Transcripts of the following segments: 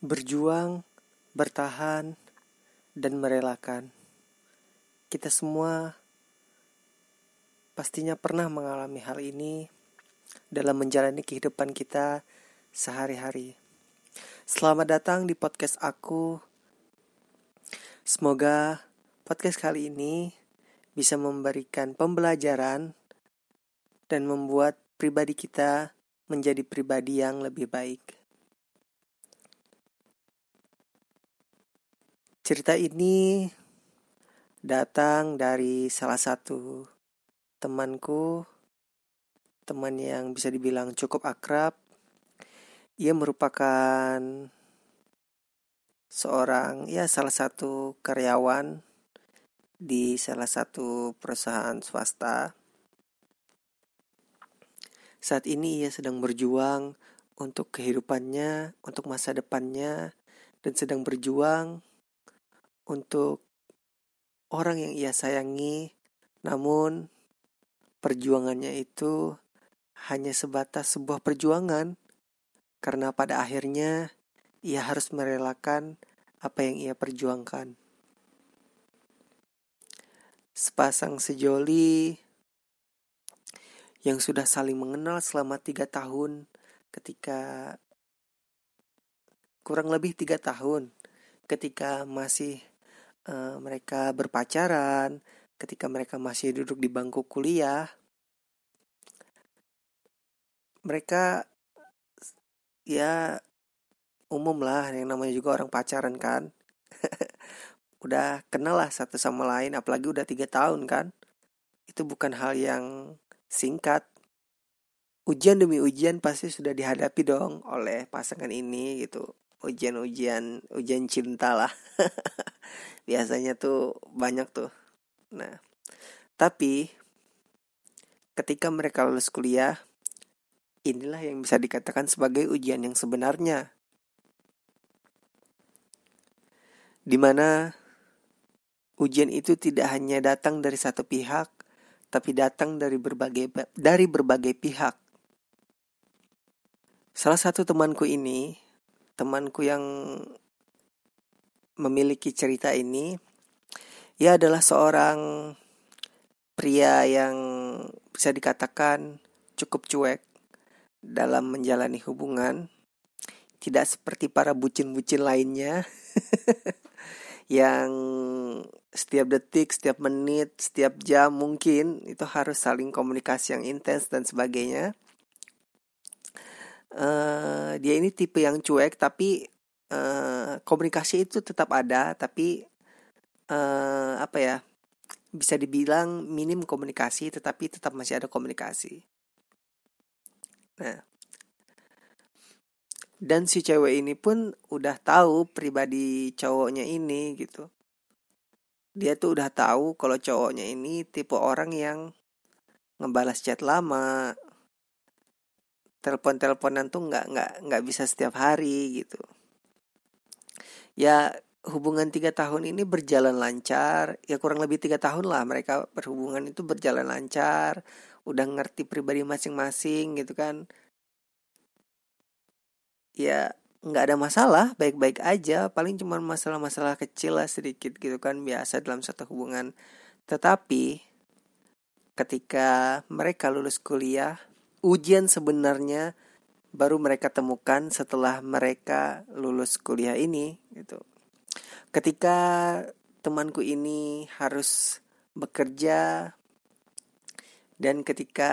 Berjuang, bertahan, dan merelakan. Kita semua pastinya pernah mengalami hal ini dalam menjalani kehidupan kita sehari-hari. Selamat datang di podcast aku. Semoga podcast kali ini bisa memberikan pembelajaran dan membuat pribadi kita menjadi pribadi yang lebih baik. Cerita ini datang dari salah satu temanku, teman yang bisa dibilang cukup akrab. Ia merupakan salah satu karyawan di salah satu perusahaan swasta. Saat ini ia sedang berjuang untuk kehidupannya, untuk masa depannya, dan sedang berjuang untuk orang yang ia sayangi. Namun perjuangannya itu hanya sebatas sebuah perjuangan, karena pada akhirnya ia harus merelakan apa yang ia perjuangkan. Sepasang sejoli yang sudah saling mengenal selama 3 tahun, kurang lebih 3 tahun, ketika masih mereka berpacaran, ketika mereka masih duduk di bangku kuliah, mereka ya umum lah, yang namanya juga orang pacaran kan. Udah kenal lah satu sama lain, apalagi udah 3 tahun kan. Itu bukan hal yang singkat. Ujian demi ujian pasti sudah dihadapi dong oleh pasangan ini gitu. Ujian cinta lah. Biasanya tuh banyak tuh. Nah, tapi ketika mereka lulus kuliah, inilah yang bisa dikatakan sebagai ujian yang sebenarnya. Di mana ujian itu tidak hanya datang dari satu pihak, tapi datang dari berbagai pihak. Salah satu temanku yang memiliki cerita ini, ia adalah seorang pria yang bisa dikatakan cukup cuek dalam menjalani hubungan. Tidak seperti para bucin-bucin lainnya yang setiap detik, setiap menit, setiap jam mungkin itu harus saling komunikasi yang intens dan sebagainya. Dia ini tipe yang cuek, tapi komunikasi itu tetap ada, tapi bisa dibilang minim komunikasi, tetapi tetap masih ada komunikasi. Nah, dan si cewek ini pun udah tahu pribadi cowoknya ini gitu. Dia tuh udah tahu kalau cowoknya ini tipe orang yang ngebalas chat lama, telepon-teleponan tuh nggak bisa setiap hari gitu. Ya hubungan 3 tahun ini berjalan lancar. Ya kurang lebih 3 tahun lah mereka berhubungan itu berjalan lancar. Udah ngerti pribadi masing-masing gitu kan. Ya nggak ada masalah, baik-baik aja. Paling cuma masalah-masalah kecil lah sedikit gitu kan, biasa dalam satu hubungan. Tetapi ketika mereka lulus kuliah, ujian sebenarnya baru mereka temukan setelah mereka lulus kuliah ini gitu. Ketika temanku ini harus bekerja, dan ketika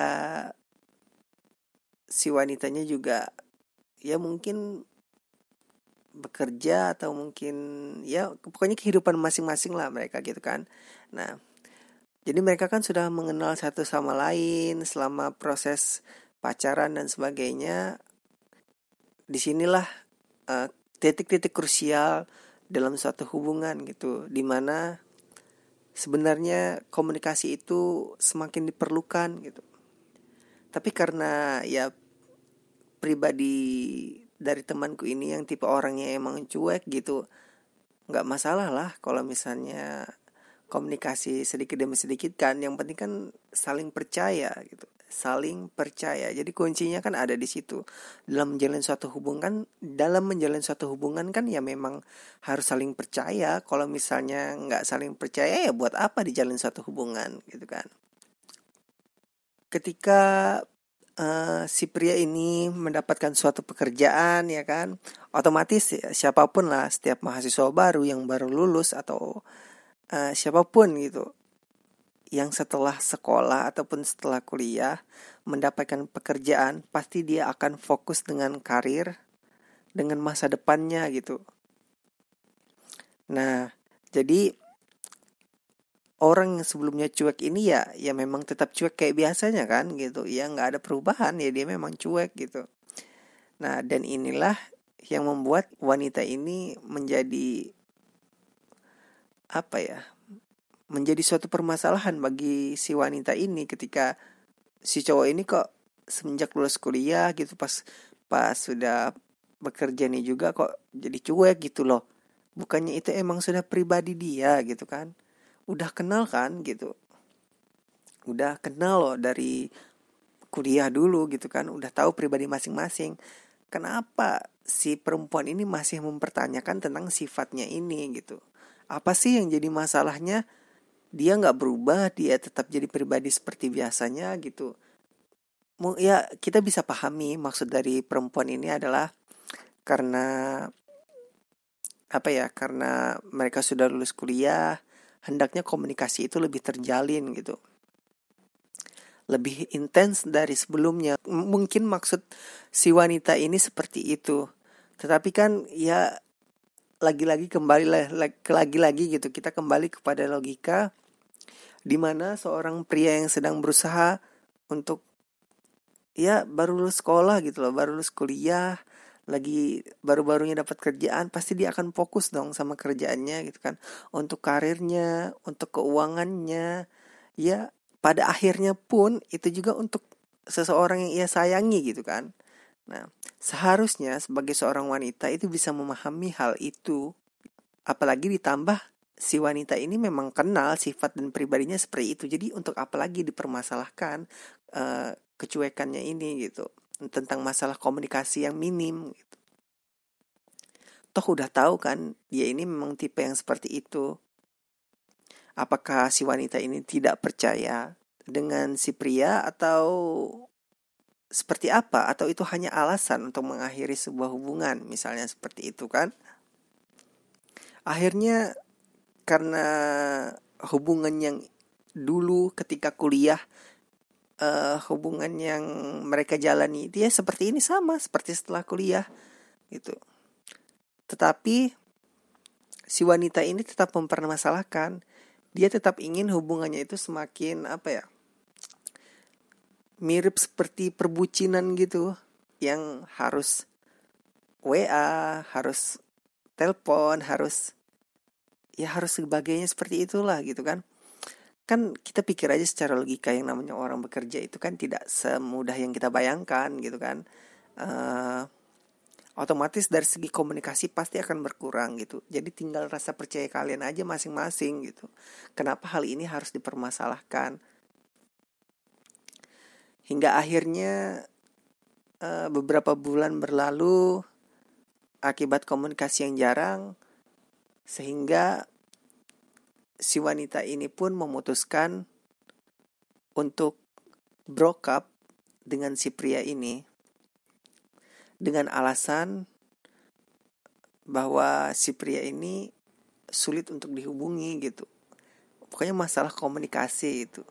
si wanitanya juga ya mungkin bekerja, atau mungkin ya pokoknya kehidupan masing-masing lah mereka gitu kan. Nah, jadi mereka kan sudah mengenal satu sama lain selama proses pacaran dan sebagainya. Disinilah titik-titik krusial dalam suatu hubungan gitu, dimana sebenarnya komunikasi itu semakin diperlukan gitu. Tapi karena ya pribadi dari temanku ini yang tipe orangnya emang cuek gitu, nggak masalah lah kalau misalnya komunikasi sedikit demi sedikit kan. Yang penting kan saling percaya gitu. saling percaya. Jadi kuncinya kan ada di situ. Dalam menjalin suatu hubungan kan ya memang harus saling percaya. Kalau misalnya nggak saling percaya ya buat apa dijalin suatu hubungan gitu kan. Ketika si pria ini mendapatkan suatu pekerjaan ya kan, otomatis ya, siapapun lah, setiap mahasiswa baru yang baru lulus atau siapapun gitu yang setelah sekolah ataupun setelah kuliah mendapatkan pekerjaan, pasti dia akan fokus dengan karir, dengan masa depannya gitu. Nah, jadi orang yang sebelumnya cuek ini ya memang tetap cuek kayak biasanya kan gitu. Ya nggak ada perubahan, ya dia memang cuek gitu. Nah, dan inilah yang membuat wanita ini menjadi apa ya? Menjadi suatu permasalahan bagi si wanita ini ketika si cowok ini kok semenjak lulus kuliah gitu pas sudah bekerja nih juga kok jadi cuek gitu loh. Bukannya itu emang sudah pribadi dia gitu kan. Udah kenal kan gitu. Udah kenal loh dari kuliah dulu gitu kan. Udah tahu pribadi masing-masing. Kenapa si perempuan ini masih mempertanyakan tentang sifatnya ini gitu. Apa sih yang jadi masalahnya? Dia nggak berubah, dia tetap jadi pribadi seperti biasanya gitu. Ya kita bisa pahami maksud dari perempuan ini adalah karena apa ya? Karena mereka sudah lulus kuliah, hendaknya komunikasi itu lebih terjalin gitu. Lebih intens dari sebelumnya. Mungkin maksud si wanita ini seperti itu. Tetapi kan ya lagi-lagi gitu, kita kembali kepada logika di mana seorang pria yang sedang berusaha untuk ya baru lulus sekolah gitu loh, baru lulus kuliah, lagi baru-barunya dapat kerjaan, pasti dia akan fokus dong sama kerjaannya gitu kan, untuk karirnya, untuk keuangannya, ya pada akhirnya pun itu juga untuk seseorang yang ia sayangi gitu kan. Nah, seharusnya sebagai seorang wanita itu bisa memahami hal itu, apalagi ditambah si wanita ini memang kenal sifat dan pribadinya seperti itu. Jadi untuk apa lagi dipermasalahkan kecuekannya ini gitu, tentang masalah komunikasi yang minim gitu. Toh udah tahu kan dia ini memang tipe yang seperti itu. Apakah si wanita ini tidak percaya dengan si pria atau seperti apa? Atau itu hanya alasan untuk mengakhiri sebuah hubungan, misalnya seperti itu kan. Akhirnya karena hubungan yang dulu ketika kuliah, hubungan yang mereka jalani dia seperti ini, sama seperti setelah kuliah gitu. Tetapi si wanita ini tetap mempermasalahkan, dia tetap ingin hubungannya itu semakin apa ya, mirip seperti perbucinan gitu, yang harus WA, harus telepon, harus sebagainya seperti itulah gitu kan. Kan kita pikir aja secara logika, yang namanya orang bekerja itu kan tidak semudah yang kita bayangkan gitu kan. Otomatis dari segi komunikasi pasti akan berkurang gitu. Jadi tinggal rasa percaya kalian aja masing-masing gitu. Kenapa hal ini harus dipermasalahkan? Hingga akhirnya beberapa bulan berlalu akibat komunikasi yang jarang, sehingga si wanita ini pun memutuskan untuk broke up dengan si pria ini dengan alasan bahwa si pria ini sulit untuk dihubungi gitu. Pokoknya masalah komunikasi itu.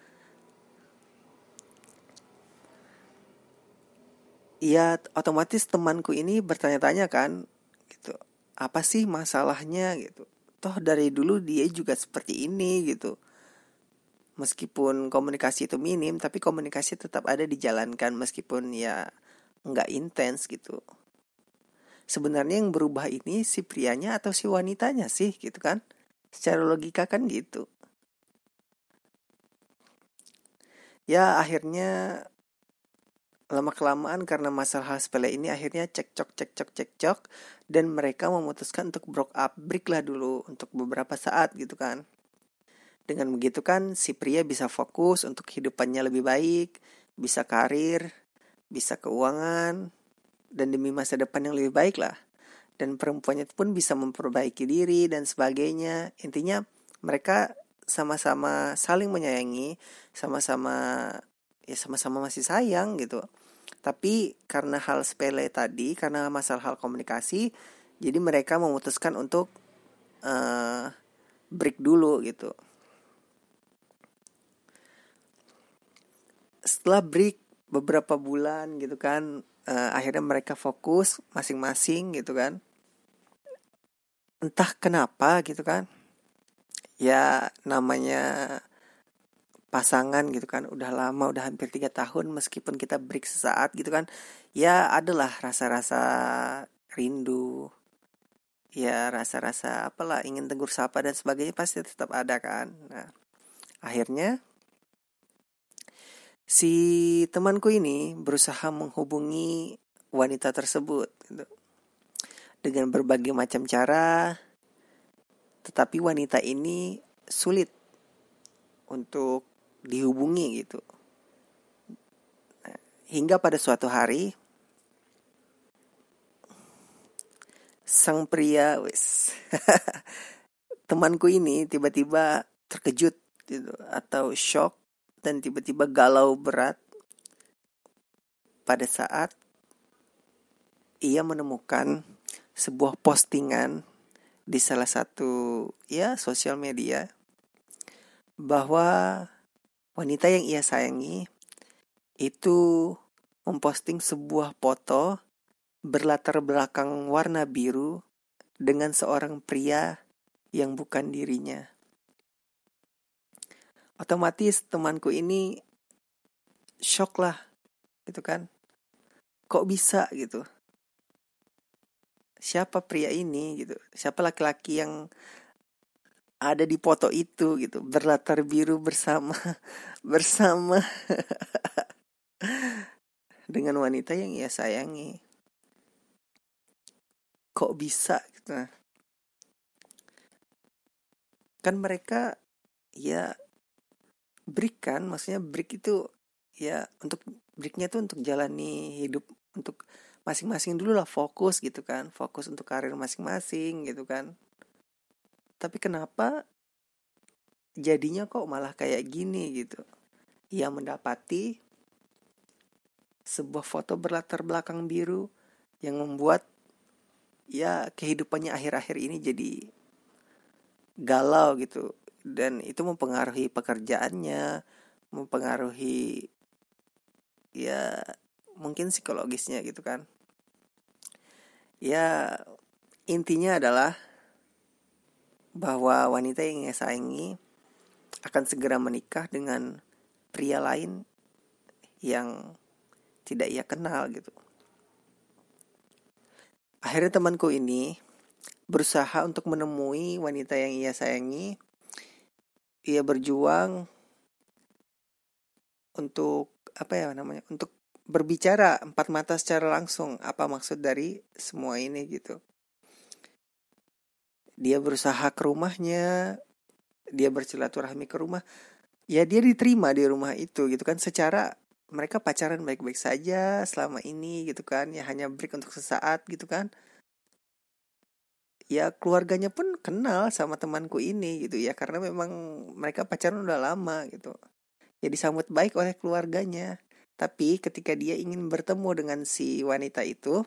Ya otomatis temanku ini bertanya-tanya kan gitu. Apa sih masalahnya gitu. Toh dari dulu dia juga seperti ini gitu. Meskipun komunikasi itu minim, tapi komunikasi tetap ada dijalankan meskipun ya nggak intens gitu. Sebenarnya yang berubah ini si prianya atau si wanitanya sih gitu kan. Secara logika kan gitu. Ya akhirnya lama-kelamaan karena masalah sepele ini akhirnya cekcok dan mereka memutuskan untuk break lah dulu untuk beberapa saat gitu kan. Dengan begitu kan si pria bisa fokus untuk kehidupannya lebih baik, bisa karir, bisa keuangan, dan demi masa depan yang lebih baik lah. Dan perempuannya pun bisa memperbaiki diri dan sebagainya. Intinya mereka sama-sama saling menyayangi, sama-sama masih sayang gitu. Tapi karena hal sepele tadi, karena masalah hal komunikasi, jadi mereka memutuskan untuk break dulu gitu. Setelah break beberapa bulan gitu kan, akhirnya mereka fokus masing-masing gitu kan. Entah kenapa gitu kan, ya namanya pasangan gitu kan, udah lama, udah hampir 3 tahun, meskipun kita break sesaat gitu kan, ya adalah rasa-rasa rindu, ya rasa-rasa apalah, ingin tegur sapa dan sebagainya pasti tetap ada kan. Nah, akhirnya si temanku ini berusaha menghubungi wanita tersebut gitu, dengan berbagai macam cara, tetapi wanita ini sulit untuk dihubungi gitu. Hingga pada suatu hari sang pria temanku ini tiba-tiba terkejut gitu, atau shock, dan tiba-tiba galau berat pada saat ia menemukan sebuah postingan di salah satu sosial media bahwa wanita yang ia sayangi itu memposting sebuah foto berlatar belakang warna biru dengan seorang pria yang bukan dirinya. Otomatis temanku ini shock lah gitu kan. Kok bisa gitu? Siapa pria ini gitu? Siapa laki-laki yang ada di foto itu gitu, berlatar biru bersama dengan wanita yang ia sayangi? Kok bisa gitu? Kan mereka break kan, maksudnya break itu untuk breaknya tuh untuk jalani hidup untuk masing-masing dulu lah, fokus gitu kan, fokus untuk karir masing-masing gitu kan. Tapi kenapa jadinya kok malah kayak gini gitu? Ia mendapati sebuah foto berlatar belakang biru yang membuat kehidupannya akhir-akhir ini jadi galau gitu, dan itu mempengaruhi pekerjaannya, mempengaruhi mungkin psikologisnya gitu kan. Intinya adalah bahwa wanita yang ia sayangi akan segera menikah dengan pria lain yang tidak ia kenal gitu. Akhirnya temanku ini berusaha untuk menemui wanita yang ia sayangi. Ia berjuang untuk untuk berbicara empat mata secara langsung apa maksud dari semua ini gitu. Dia berusaha ke rumahnya, dia bersilaturahmi ke rumah. Ya dia diterima di rumah itu gitu kan, secara mereka pacaran baik-baik saja selama ini gitu kan, ya hanya break untuk sesaat gitu kan. Ya keluarganya pun kenal sama temanku ini gitu ya, karena memang mereka pacaran udah lama gitu. Ya disambut baik oleh keluarganya. Tapi ketika dia ingin bertemu dengan si wanita itu,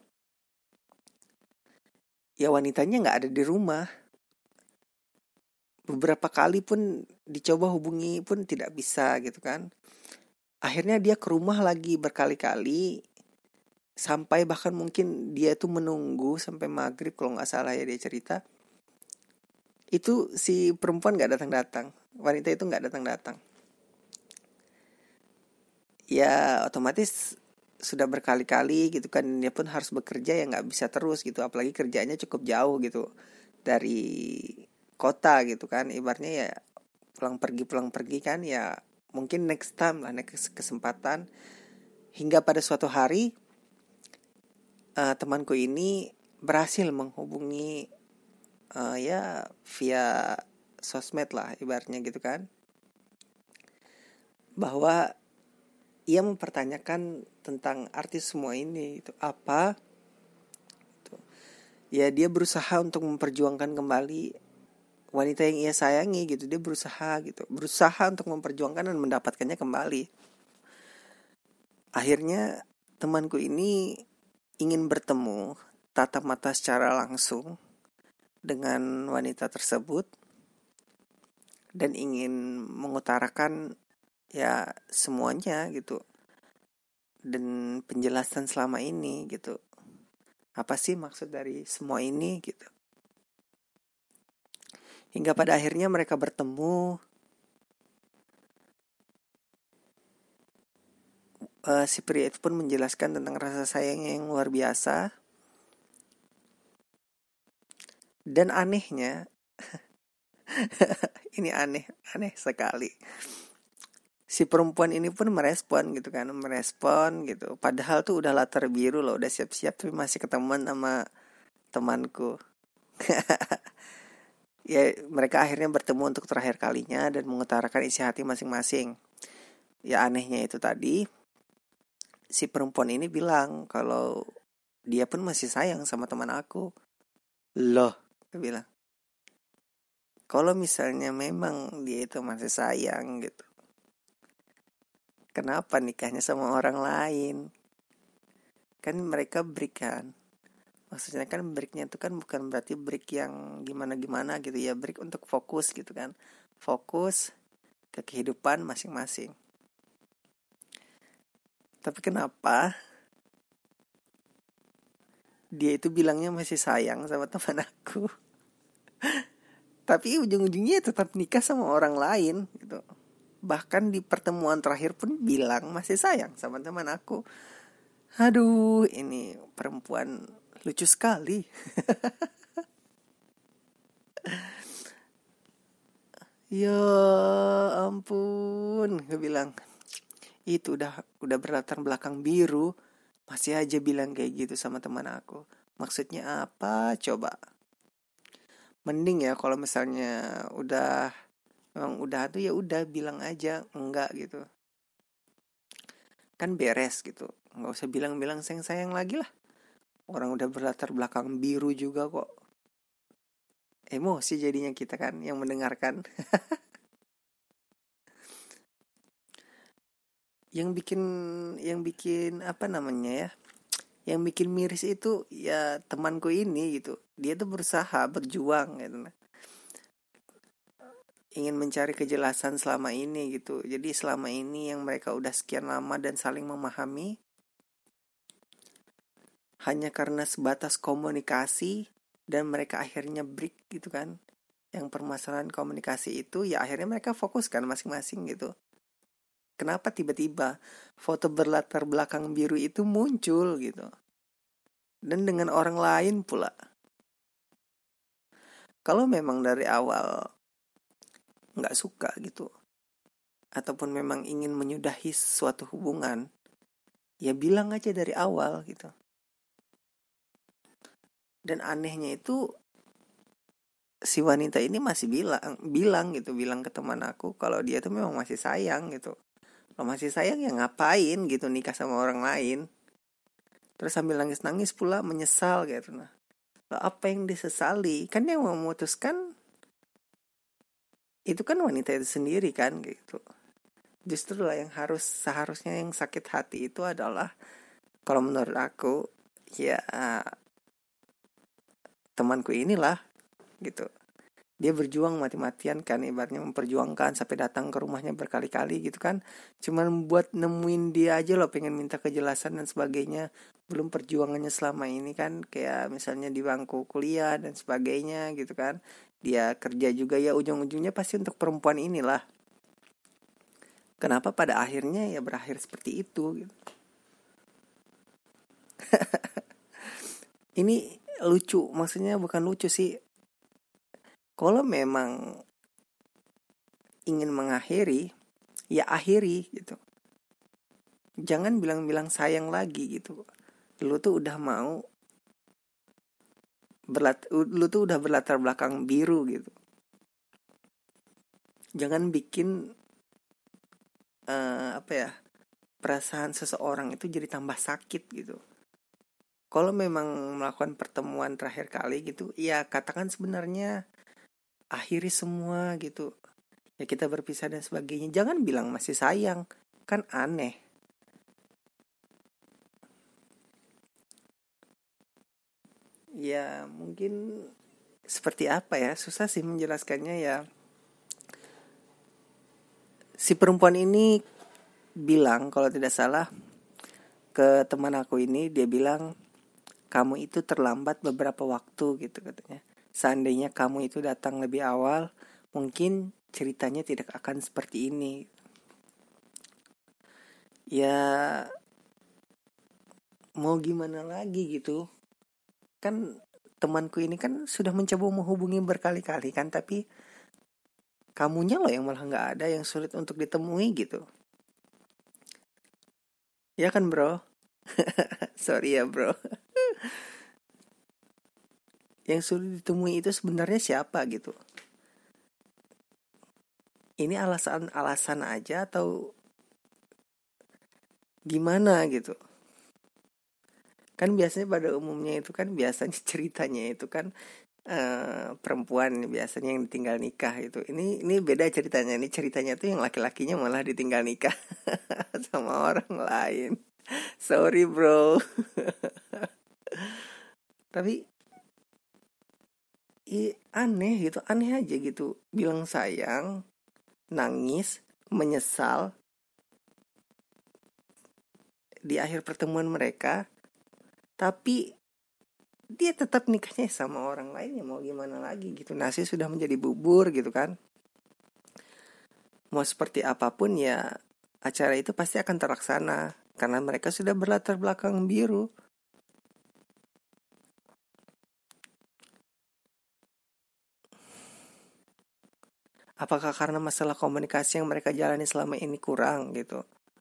ya wanitanya gak ada di rumah. Beberapa kali pun dicoba hubungi pun tidak bisa gitu kan. Akhirnya dia ke rumah lagi berkali-kali, sampai bahkan mungkin dia tuh menunggu sampai maghrib kalau gak salah ya dia cerita. Itu si perempuan gak datang-datang, wanita itu gak datang-datang. Ya otomatis sudah berkali-kali gitu kan, dia pun harus bekerja, ya gak bisa terus gitu. Apalagi kerjanya cukup jauh gitu dari kota gitu kan, ibaratnya ya pulang pergi kan, ya mungkin next time lah, next kesempatan. Hingga pada suatu hari temanku ini berhasil menghubungi via sosmed lah ibaratnya gitu kan, bahwa ia mempertanyakan tentang arti semua ini itu apa gitu. Ya dia berusaha untuk memperjuangkan kembali wanita yang ia sayangi gitu. Dia berusaha untuk memperjuangkan dan mendapatkannya kembali. Akhirnya temanku ini ingin bertemu tatap mata secara langsung dengan wanita tersebut dan ingin mengutarakan ya semuanya gitu, dan penjelasan selama ini gitu. Apa sih maksud dari semua ini gitu. Hingga pada akhirnya mereka bertemu. Si pria itu pun menjelaskan tentang rasa sayangnya yang luar biasa. Dan anehnya, ini aneh sekali. Si perempuan ini pun merespon gitu. Padahal tuh udah latar biru loh, udah siap-siap tapi masih ketemuan sama temanku. Ya mereka akhirnya bertemu untuk terakhir kalinya dan mengutarakan isi hati masing-masing. Ya anehnya itu tadi, si perempuan ini bilang kalau dia pun masih sayang sama teman aku. Loh, dia bilang, kalau misalnya memang dia itu masih sayang gitu, kenapa nikahnya sama orang lain? Kan mereka break kan. Maksudnya kan breaknya itu kan bukan berarti break yang gimana-gimana gitu ya. Break untuk fokus gitu kan. Fokus ke kehidupan masing-masing. Tapi kenapa dia itu bilangnya masih sayang sama teman aku, tapi ujung-ujungnya tetap nikah sama orang lain gitu. Bahkan di pertemuan terakhir pun bilang masih sayang sama teman aku. Aduh, ini perempuan lucu sekali. Ya ampun, gue bilang. Itu udah berlatar belakang biru, masih aja bilang kayak gitu sama teman aku. Maksudnya apa coba? Mending ya kalau misalnya memang udah tuh ya udah bilang aja enggak gitu. Kan beres gitu. Enggak usah bilang-bilang sayang-sayang lagi lah. Orang udah berlatar belakang biru juga kok. Emosi jadinya kita kan yang mendengarkan. Yang bikin apa namanya ya? Yang bikin miris itu ya temanku ini gitu. Dia tuh berusaha berjuang gitu. Ingin mencari kejelasan selama ini gitu. Jadi selama ini yang mereka udah sekian lama dan saling memahami, hanya karena sebatas komunikasi dan mereka akhirnya break gitu kan. Yang permasalahan komunikasi itu ya akhirnya mereka fokus kan masing-masing gitu. Kenapa tiba-tiba foto berlatar belakang biru itu muncul gitu. Dan dengan orang lain pula. Kalau memang dari awal nggak suka gitu, ataupun memang ingin menyudahi suatu hubungan, ya bilang aja dari awal gitu. Dan anehnya itu si wanita ini masih bilang ke teman aku kalau dia tuh memang masih sayang gitu. Kalau masih sayang ya ngapain gitu nikah sama orang lain. Terus sambil nangis-nangis pula menyesal gitu. Nah, apa yang disesali? Kan yang memutuskan itu kan wanita itu sendiri kan gitu. Justru lah yang seharusnya yang sakit hati itu adalah, kalau menurut aku ya temanku inilah gitu. Dia berjuang mati-matian kan, ibaratnya memperjuangkan sampai datang ke rumahnya berkali-kali gitu kan. Cuman buat nemuin dia aja loh, pengen minta kejelasan dan sebagainya. Belum perjuangannya selama ini kan, kayak misalnya di bangku kuliah dan sebagainya gitu kan. Dia kerja juga ya ujung-ujungnya pasti untuk perempuan inilah. Kenapa pada akhirnya ya berakhir seperti itu gitu. Ini lucu, maksudnya bukan lucu sih. Kalau memang ingin mengakhiri, ya akhiri gitu. Jangan bilang-bilang sayang lagi gitu. Lu tuh udah berlatar belakang biru gitu. Jangan bikin perasaan seseorang itu jadi tambah sakit gitu. Kalau memang melakukan pertemuan terakhir kali gitu, ya katakan sebenarnya akhiri semua gitu. Ya kita berpisah dan sebagainya. Jangan bilang masih sayang, kan aneh. Ya mungkin seperti apa ya, susah sih menjelaskannya ya. Si perempuan ini bilang kalau tidak salah ke teman aku ini, dia bilang kamu itu terlambat beberapa waktu gitu katanya. Seandainya kamu itu datang lebih awal, mungkin ceritanya tidak akan seperti ini. Ya mau gimana lagi gitu. Kan temanku ini kan sudah mencoba menghubungi berkali-kali kan, tapi kamunya loh yang malah nggak ada, yang sulit untuk ditemui gitu. Ya kan bro? Sorry ya bro. Yang sulit ditemui itu sebenarnya siapa gitu? Ini alasan-alasan aja atau gimana gitu? Kan biasanya pada umumnya itu kan biasanya ceritanya itu kan perempuan biasanya yang ditinggal nikah itu. Ini beda ceritanya. Ini ceritanya tuh yang laki-lakinya malah ditinggal nikah sama orang lain. Sorry bro. Tapi aneh gitu, aneh aja gitu. Bilang sayang, nangis, menyesal di akhir pertemuan mereka, tapi dia tetap nikahnya sama orang lain. Ya mau gimana lagi gitu, nasi sudah menjadi bubur gitu kan. Mau seperti apapun ya acara itu pasti akan terlaksana karena mereka sudah berlatar belakang biru. Apakah karena masalah komunikasi yang mereka jalani selama ini kurang gitu,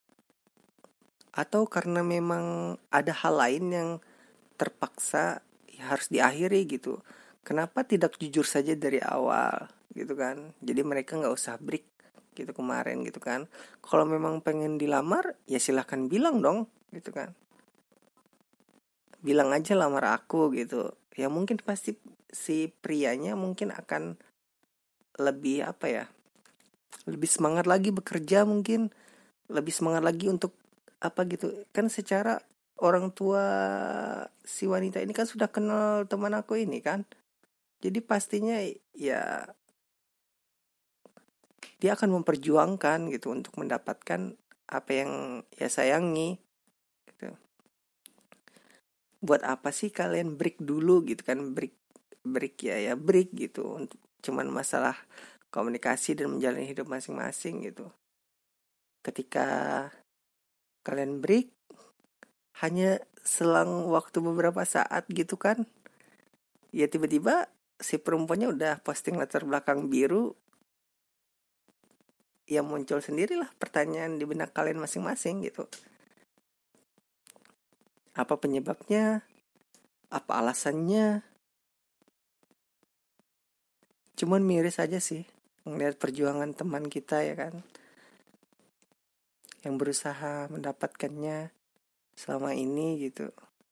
atau karena memang ada hal lain yang terpaksa ya harus diakhiri gitu. Kenapa tidak jujur saja dari awal gitu kan? Jadi mereka nggak usah break gitu kemarin gitu kan. Kalau memang pengen dilamar ya silahkan bilang dong gitu kan. Bilang aja lamar aku gitu. Ya mungkin pasti si prianya mungkin akan lebih apa ya? Lebih semangat lagi bekerja mungkin, lebih semangat lagi untuk apa gitu. Kan secara orang tua si wanita ini kan sudah kenal teman aku ini kan. Jadi pastinya ya dia akan memperjuangkan gitu untuk mendapatkan apa yang ya sayangi gitu. Buat apa sih kalian break dulu gitu kan, break break ya break gitu untuk cuman masalah komunikasi dan menjalani hidup masing-masing gitu. Ketika kalian break hanya selang waktu beberapa saat gitu kan, ya tiba-tiba si perempuannya udah posting latar belakang biru. Ya muncul sendirilah pertanyaan di benak kalian masing-masing gitu. Apa penyebabnya? Apa alasannya? Cuman miris aja sih ngeliat perjuangan teman kita ya kan, yang berusaha mendapatkannya selama ini gitu.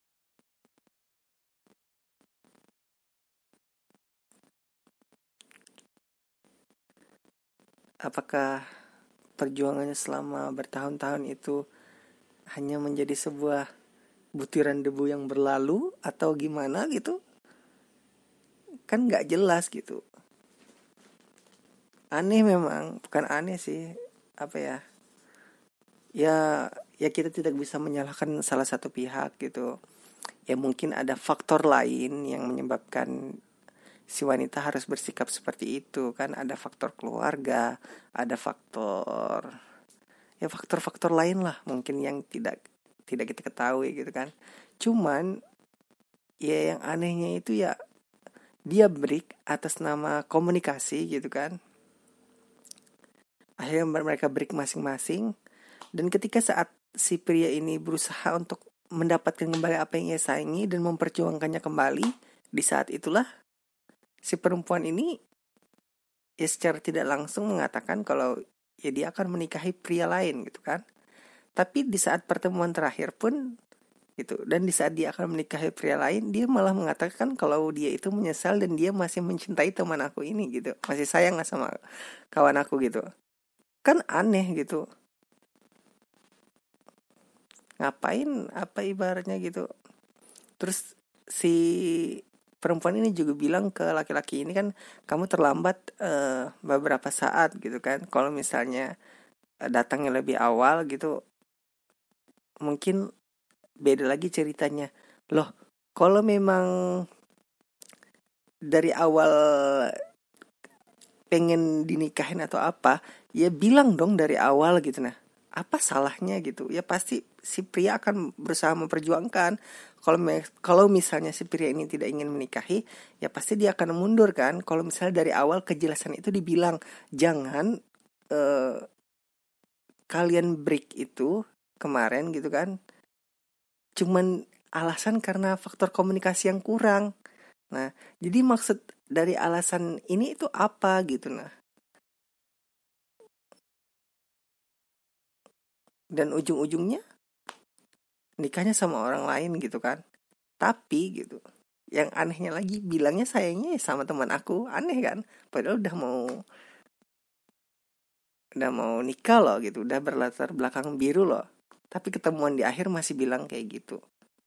Apakah perjuangannya selama bertahun-tahun itu hanya menjadi sebuah butiran debu yang berlalu atau gimana gitu? Kan gak jelas gitu. Aneh memang, bukan aneh sih, apa ya? Ya kita tidak bisa menyalahkan salah satu pihak gitu. Ya mungkin ada faktor lain yang menyebabkan si wanita harus bersikap seperti itu kan. Ada faktor keluarga, ada faktor lain lah mungkin yang tidak kita ketahui gitu kan. Cuman ya yang anehnya itu ya dia break atas nama komunikasi gitu kan. Akhirnya mereka break masing-masing. Dan ketika saat si pria ini berusaha untuk mendapatkan kembali apa yang ia sayangi dan memperjuangkannya kembali, di saat itulah si perempuan ini ya secara tidak langsung mengatakan kalau ya dia akan menikahi pria lain gitu kan. Tapi di saat pertemuan terakhir pun gitu, dan di saat dia akan menikahi pria lain, dia malah mengatakan kalau dia itu menyesal dan dia masih mencintai teman aku ini gitu, masih sayang gak sama kawan aku gitu. Kan aneh gitu, ngapain apa ibaratnya gitu. Terus si perempuan ini juga bilang ke laki-laki ini kan, kamu terlambat beberapa saat gitu kan, kalau misalnya datangnya lebih awal gitu mungkin beda lagi ceritanya. Loh, kalau memang dari awal pengen dinikahin atau apa, ya bilang dong dari awal gitu. Nah, apa salahnya gitu? Ya pasti si pria akan berusaha memperjuangkan. Kalau misalnya si pria ini tidak ingin menikahi, ya pasti dia akan mundur kan. Kalau misalnya dari awal kejelasan itu dibilang, jangan kalian break itu kemarin gitu kan, cuman alasan karena faktor komunikasi yang kurang. Nah, jadi maksud dari alasan ini itu apa gitu. Nah, dan ujung-ujungnya nikahnya sama orang lain gitu kan. Tapi gitu, yang anehnya lagi bilangnya sayangnya ya sama teman aku. Aneh kan, padahal udah mau nikah loh gitu, udah berlatar belakang biru loh, tapi ketemuan di akhir masih bilang kayak gitu.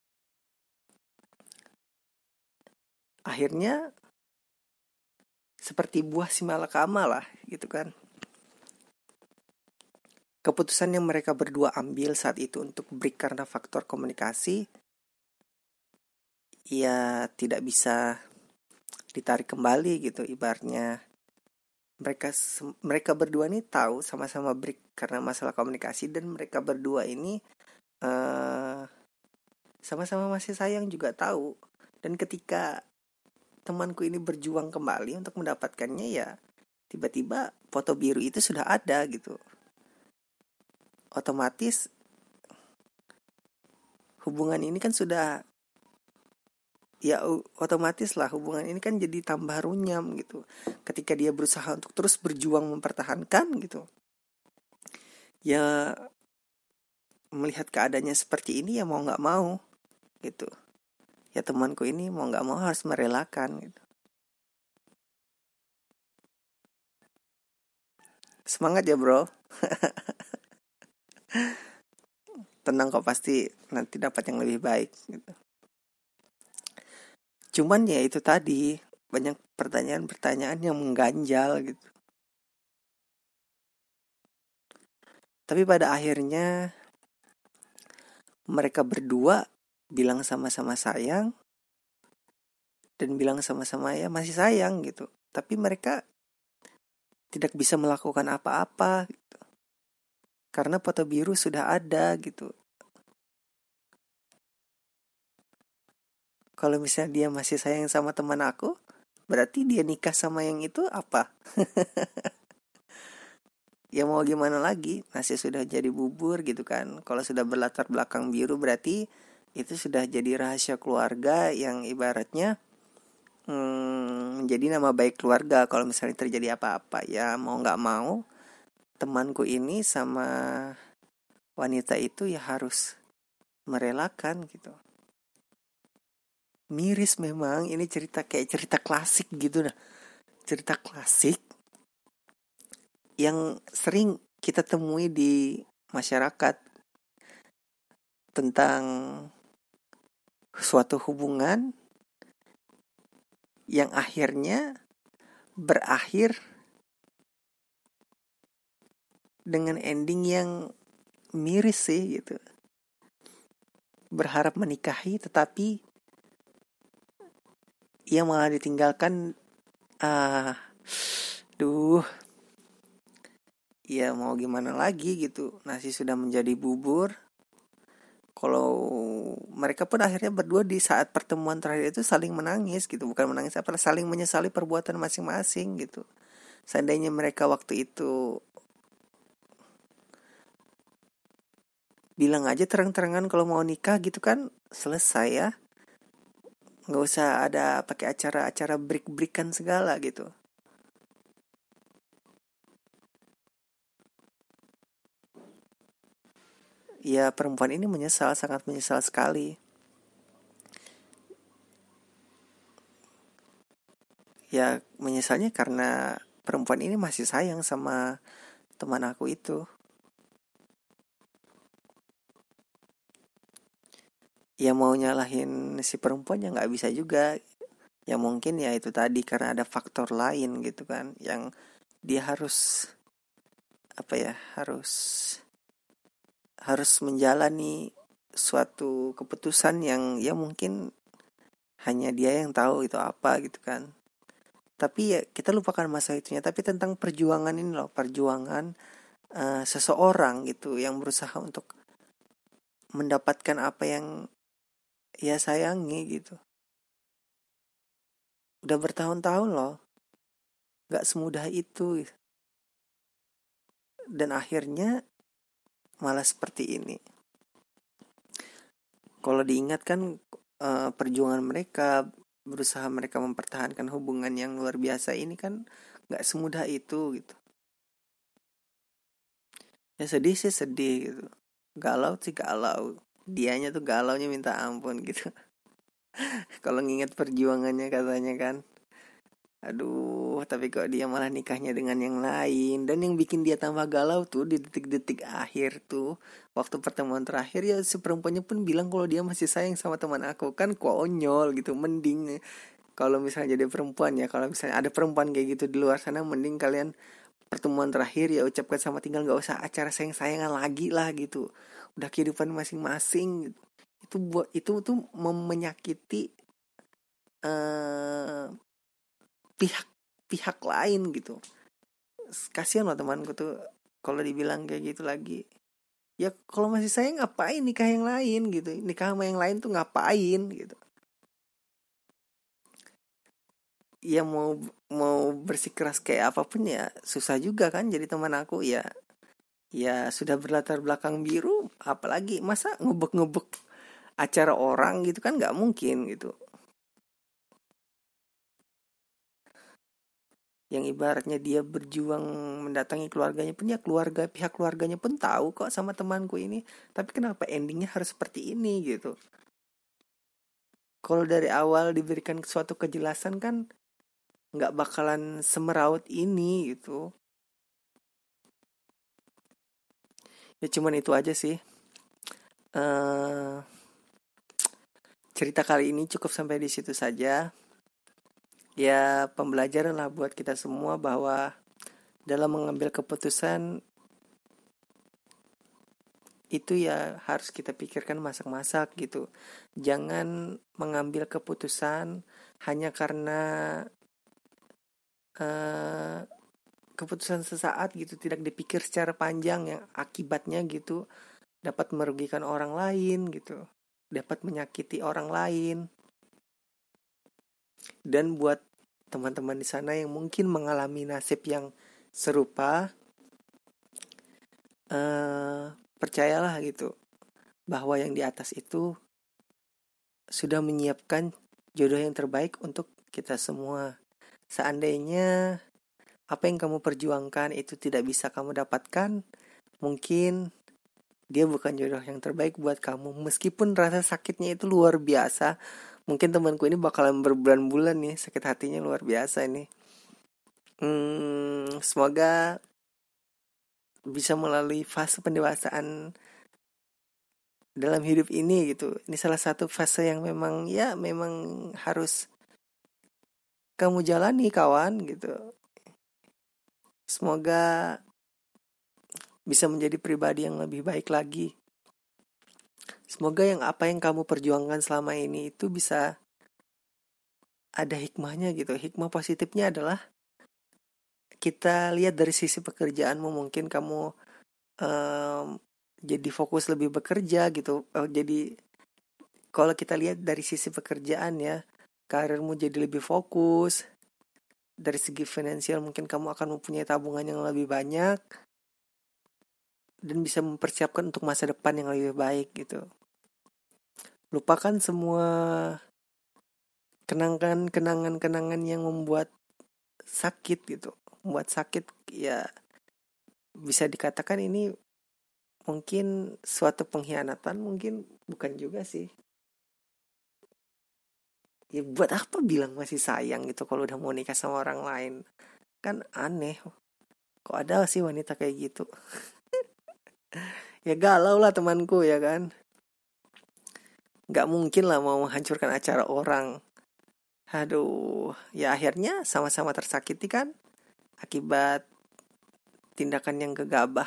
Akhirnya seperti buah si malakama lah gitu kan. Keputusan yang mereka berdua ambil saat itu untuk break karena faktor komunikasi, ya tidak bisa ditarik kembali gitu. Ibaratnya mereka berdua ini tahu sama-sama break karena masalah komunikasi, dan mereka berdua ini uh, sama-sama masih sayang juga tahu. Dan ketika temanku ini berjuang kembali untuk mendapatkannya, ya tiba-tiba foto biru itu sudah ada gitu. Otomatis hubungan ini kan sudah, ya otomatis lah hubungan ini kan jadi tambah runyam gitu. Ketika dia berusaha untuk terus berjuang mempertahankan gitu, ya melihat keadaannya seperti ini, ya mau nggak mau gitu. Ya temanku ini mau nggak mau harus merelakan gitu. Semangat ya bro. Tenang kok, pasti nanti dapat yang lebih baik gitu. Cuman ya itu tadi, banyak pertanyaan-pertanyaan yang mengganjal gitu. Tapi pada akhirnya mereka berdua bilang sama-sama sayang, dan bilang sama-sama ya masih sayang gitu. Tapi mereka tidak bisa melakukan apa-apa gitu, karena foto biru sudah ada gitu. Kalau misalnya dia masih sayang sama teman aku, berarti dia nikah sama yang itu apa? Ya mau gimana lagi, nasi sudah jadi bubur gitu kan. Kalau sudah berlatar belakang biru, berarti itu sudah jadi rahasia keluarga yang ibaratnya menjadi nama baik keluarga. Kalau misalnya terjadi apa-apa, ya mau nggak mau temanku ini sama wanita itu ya harus merelakan gitu. Miris memang, ini cerita kayak cerita klasik gitu nah. Cerita klasik yang sering kita temui di masyarakat tentang suatu hubungan yang akhirnya berakhir dengan ending yang miris sih gitu. Berharap menikahi tetapi ia malah ditinggalkan. Ya mau gimana lagi gitu, nasi sudah menjadi bubur. Kalau mereka pun akhirnya berdua di saat pertemuan terakhir itu saling menangis gitu, bukan menangis apa, saling menyesali perbuatan masing-masing gitu. Seandainya mereka waktu itu bilang aja terang-terangan kalau mau nikah gitu kan, selesai ya. Nggak usah ada pakai acara-acara break-breakan segala gitu. ya perempuan ini menyesal, sangat menyesal sekali. Ya menyesalnya karena perempuan ini masih sayang sama teman aku itu. Ya mau nyalahin si perempuan ya nggak bisa juga. Ya mungkin ya itu tadi karena ada faktor lain gitu kan, yang dia harus apa ya, harus menjalani suatu keputusan yang ya mungkin hanya dia yang tahu itu apa gitu kan. Tapi ya kita lupakan masa itunya, tapi tentang perjuangan ini loh, perjuangan seseorang gitu yang berusaha untuk mendapatkan apa yang ia sayangi gitu. Udah bertahun-tahun loh, gak semudah itu. Dan akhirnya malah seperti ini. Kalau diingat kan perjuangan mereka, berusaha mereka mempertahankan hubungan yang luar biasa ini kan gak semudah itu gitu. Ya sedih sih sedih gitu. Galau sih galau. Dianya tuh galaunya minta ampun gitu. Kalau nginget perjuangannya katanya kan. Aduh, tapi kok dia malah nikahnya dengan yang lain. Dan yang bikin dia tambah galau tuh di detik-detik akhir tuh, waktu pertemuan terakhir ya si perempuannya pun bilang kalau dia masih sayang sama teman aku. Kan konyol gitu. Mending kalau misalnya jadi perempuan ya, kalau misalnya ada perempuan kayak gitu di luar sana, mending kalian pertemuan terakhir ya ucapkan sama, tinggal gak usah acara sayang-sayangan lagi lah gitu. Udah kehidupan masing-masing gitu. Itu tuh menyakiti eh pihak lain gitu. Kasihan loh temanku tuh kalau dibilang kayak gitu lagi. Ya kalau masih sayang ngapain nikah yang lain gitu. Nikah sama yang lain tuh ngapain gitu. Ya mau bersikeras kayak apapun ya susah juga kan jadi teman aku ya. Ya sudah berlatar belakang biru, apalagi masa ngebek-ngebek acara orang gitu kan nggak mungkin gitu. Yang ibaratnya dia berjuang mendatangi keluarganya pun ya pihak keluarganya pun tahu kok sama temanku ini, tapi kenapa endingnya harus seperti ini gitu. Kalau dari awal diberikan suatu kejelasan kan nggak bakalan semeraut ini gitu. Ya cuman itu aja sih. eh Cerita kali ini cukup sampai di situ saja. Ya pembelajaran lah buat kita semua bahwa dalam mengambil keputusan itu ya harus kita pikirkan masak-masak gitu. Jangan mengambil keputusan hanya karena uh, keputusan sesaat gitu, tidak dipikir secara panjang yang akibatnya gitu dapat merugikan orang lain gitu, dapat menyakiti orang lain. Dan buat teman-teman di sana yang mungkin mengalami nasib yang serupa, percayalah gitu bahwa yang di atas itu sudah menyiapkan jodoh yang terbaik untuk kita semua. Seandainya apa yang kamu perjuangkan itu tidak bisa kamu dapatkan, mungkin dia bukan jodoh yang terbaik buat kamu. Meskipun rasa sakitnya itu luar biasa, mungkin temanku ini bakalan berbulan-bulan nih sakit hatinya luar biasa ini. Semoga bisa melalui fase pendewasaan dalam hidup ini gitu. Ini salah satu fase yang memang harus kamu jalani kawan gitu. Semoga bisa menjadi pribadi yang lebih baik lagi. Semoga apa yang kamu perjuangkan selama ini itu bisa ada hikmahnya gitu. Hikmah positifnya adalah kita lihat dari sisi pekerjaanmu, mungkin kamu jadi fokus lebih bekerja gitu. Jadi kalau kita lihat dari sisi pekerjaan ya, karirmu jadi lebih fokus. Dari segi finansial mungkin kamu akan mempunyai tabungan yang lebih banyak dan bisa mempersiapkan untuk masa depan yang lebih baik gitu. Lupakan semua kenangan-kenangan yang membuat sakit gitu. Membuat sakit ya, bisa dikatakan ini mungkin suatu pengkhianatan, mungkin bukan juga sih. Ya buat apa bilang masih sayang gitu kalau udah mau nikah sama orang lain? Kan aneh. Kok ada sih wanita kayak gitu? Ya galau lah temanku ya kan. Gak mungkin lah mau menghancurkan acara orang. Aduh, ya akhirnya sama-sama tersakiti kan akibat tindakan yang gegabah.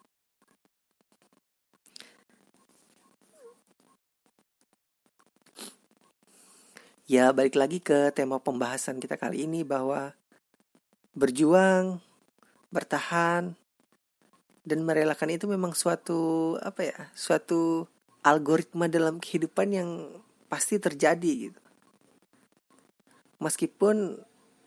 Ya balik lagi ke tema pembahasan kita kali ini bahwa berjuang, bertahan, dan merelakan itu memang suatu suatu algoritma dalam kehidupan yang pasti terjadi gitu. Meskipun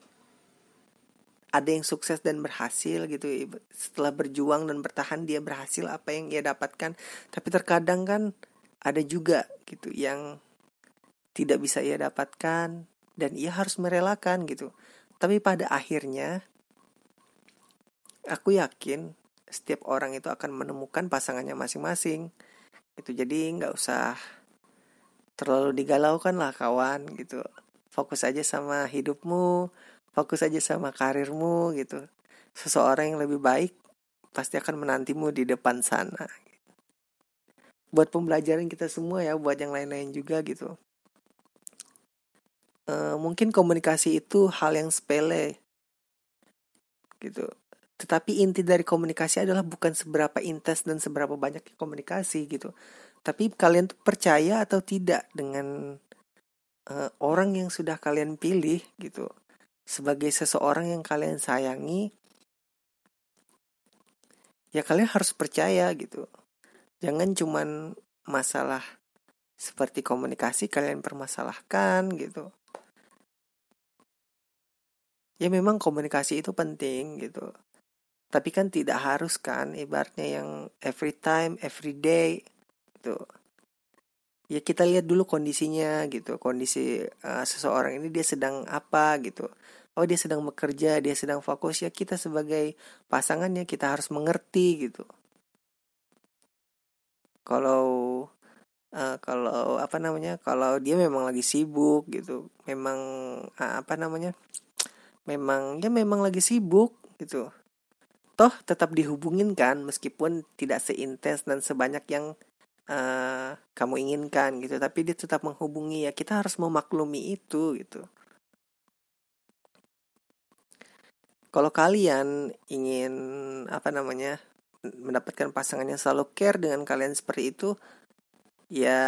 ada yang sukses dan berhasil gitu, setelah berjuang dan bertahan dia berhasil apa yang ia dapatkan, tapi terkadang kan ada juga gitu yang tidak bisa ia dapatkan dan ia harus merelakan gitu. Tapi pada akhirnya aku yakin setiap orang itu akan menemukan pasangannya masing-masing gitu. Jadi nggak usah terlalu digalaukan lah kawan gitu. Fokus aja sama hidupmu, fokus aja sama karirmu gitu. Seseorang yang lebih baik pasti akan menantimu di depan sana. Buat pembelajaran kita semua ya, buat yang lain-lain juga gitu. Mungkin komunikasi itu hal yang sepele gitu. Tetapi inti dari komunikasi adalah bukan seberapa intens dan seberapa banyak komunikasi gitu. Tapi kalian tuh percaya atau tidak dengan orang yang sudah kalian pilih gitu sebagai seseorang yang kalian sayangi. Ya kalian harus percaya gitu. Jangan cuman masalah seperti komunikasi kalian permasalahkan gitu. Ya memang komunikasi itu penting gitu. Tapi kan tidak harus kan ibaratnya yang every time, every day gitu. Ya kita lihat dulu kondisinya gitu. Kondisi seseorang ini dia sedang apa gitu. Oh dia sedang bekerja, dia sedang fokus, ya kita sebagai pasangannya kita harus mengerti gitu. Kalau kalau dia memang lagi sibuk gitu, memang memang lagi sibuk gitu, toh tetap dihubungin kan meskipun tidak seintens dan sebanyak yang kamu inginkan gitu, tapi dia tetap menghubungi, ya kita harus memaklumi itu gitu. Kalau kalian ingin mendapatkan pasangan yang selalu care dengan kalian seperti itu, ya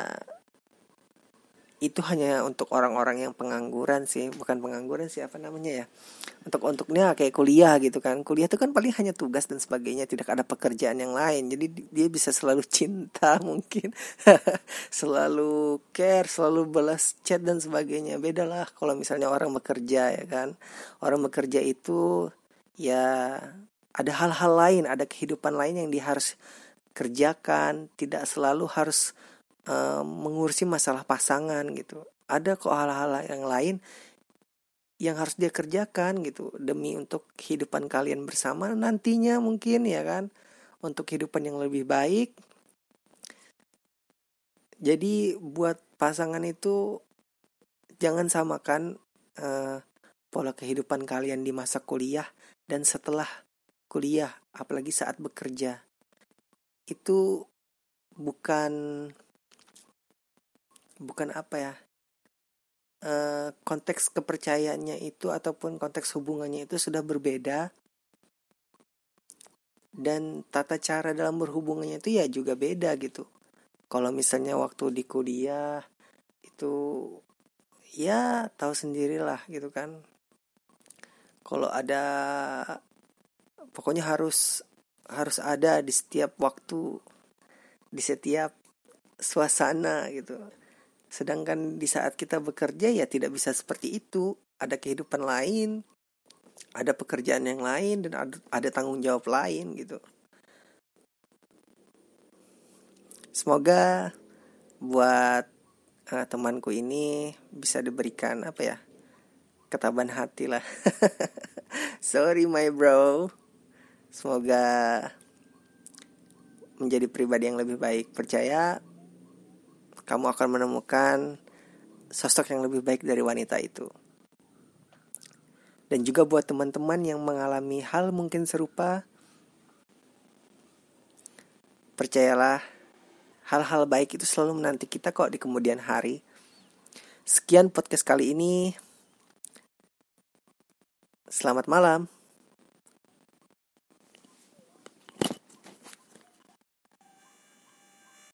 itu hanya untuk orang-orang yang pengangguran sih, bukan pengangguran sih ya. Untuknya kayak kuliah gitu kan. Kuliah itu kan paling hanya tugas dan sebagainya, tidak ada pekerjaan yang lain. Jadi dia bisa selalu cinta mungkin. Selalu care, selalu balas chat dan sebagainya. Beda lah kalau misalnya orang bekerja ya kan. Orang bekerja itu ya ada hal-hal lain, ada kehidupan lain yang dia harus kerjakan, tidak selalu harus mengurusi masalah pasangan gitu. Ada kok hal-hal yang lain yang harus dia kerjakan gitu demi untuk kehidupan kalian bersama nantinya mungkin ya kan, untuk kehidupan yang lebih baik. Jadi buat pasangan itu jangan samakan pola kehidupan kalian di masa kuliah dan setelah kuliah, apalagi saat bekerja. Itu bukan konteks kepercayaannya itu ataupun konteks hubungannya itu sudah berbeda, dan tata cara dalam berhubungannya itu ya juga beda gitu. Kalau misalnya waktu di kuliah itu ya tahu sendirilah gitu kan. Kalau ada, pokoknya harus ada di setiap waktu, di setiap suasana gitu. Sedangkan di saat kita bekerja ya tidak bisa seperti itu. Ada kehidupan lain, ada pekerjaan yang lain, dan ada tanggung jawab lain gitu. Semoga buat temanku ini bisa diberikan ketabahan hati lah. Sorry my bro. Semoga menjadi pribadi yang lebih baik. Percaya kamu akan menemukan sosok yang lebih baik dari wanita itu. Dan juga buat teman-teman yang mengalami hal mungkin serupa, percayalah, hal-hal baik itu selalu menanti kita kok di kemudian hari. Sekian podcast kali ini. Selamat malam.